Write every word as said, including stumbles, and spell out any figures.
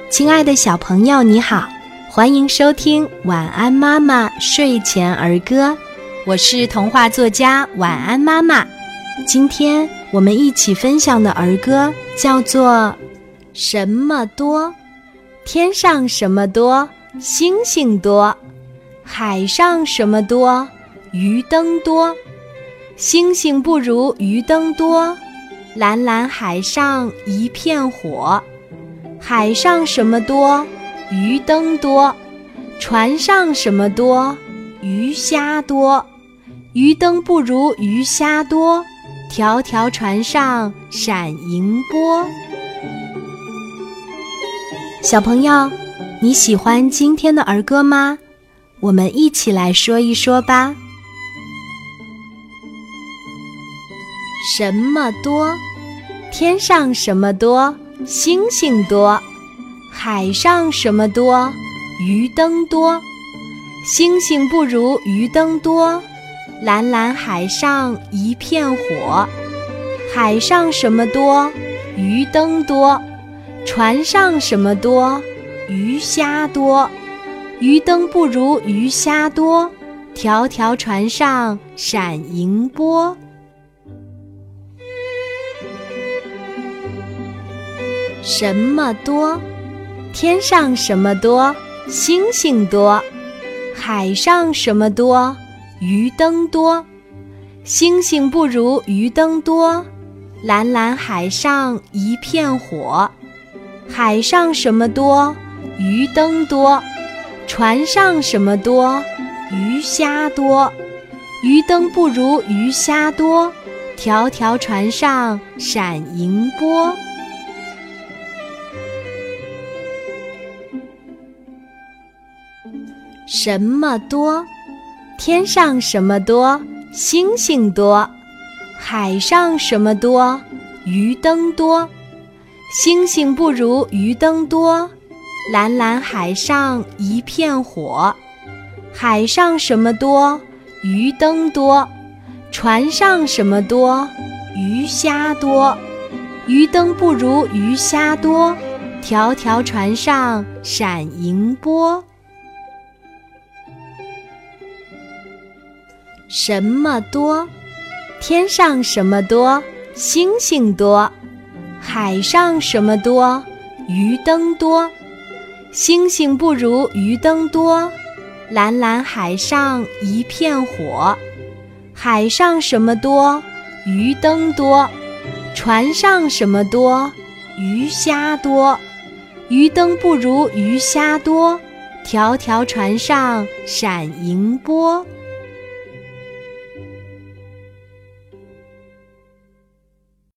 亲爱的小朋友你好，欢迎收听晚安妈妈睡前儿歌，我是童话作家晚安妈妈。今天我们一起分享的儿歌叫做什么多。天上什么多，星星多；海上什么多，鱼灯多。星星不如鱼灯多，蓝蓝海上一片火。海上什么多，鱼灯多；船上什么多，鱼虾多。鱼灯不如鱼虾多，条条船上闪银波。小朋友，你喜欢今天的儿歌吗？我们一起来说一说吧。什么多？天上什么多，星星多；海上什么多，鱼灯多。星星不如鱼灯多，蓝蓝海上一片火。海上什么多，鱼灯多；船上什么多，鱼虾多。鱼灯不如鱼虾多，条条船上闪银波。什么多？天上什么多，星星多；海上什么多，鱼灯多。星星不如鱼灯多，蓝蓝海上一片火。海上什么多，鱼灯多；船上什么多，鱼虾多。鱼灯不如鱼虾多，条条船上闪银波。什么多？天上什么多，星星多；海上什么多，鱼灯多。星星不如鱼灯多，蓝蓝海上一片火。海上什么多，鱼灯多；船上什么多，鱼虾多。鱼灯不如鱼虾多，条条船上闪银波。什么多？天上什么多，星星多；海上什么多，鱼灯多。星星不如鱼灯多，蓝蓝海上一片火。海上什么多，鱼灯多；船上什么多，鱼虾多。鱼灯不如鱼虾多，条条船上闪银波。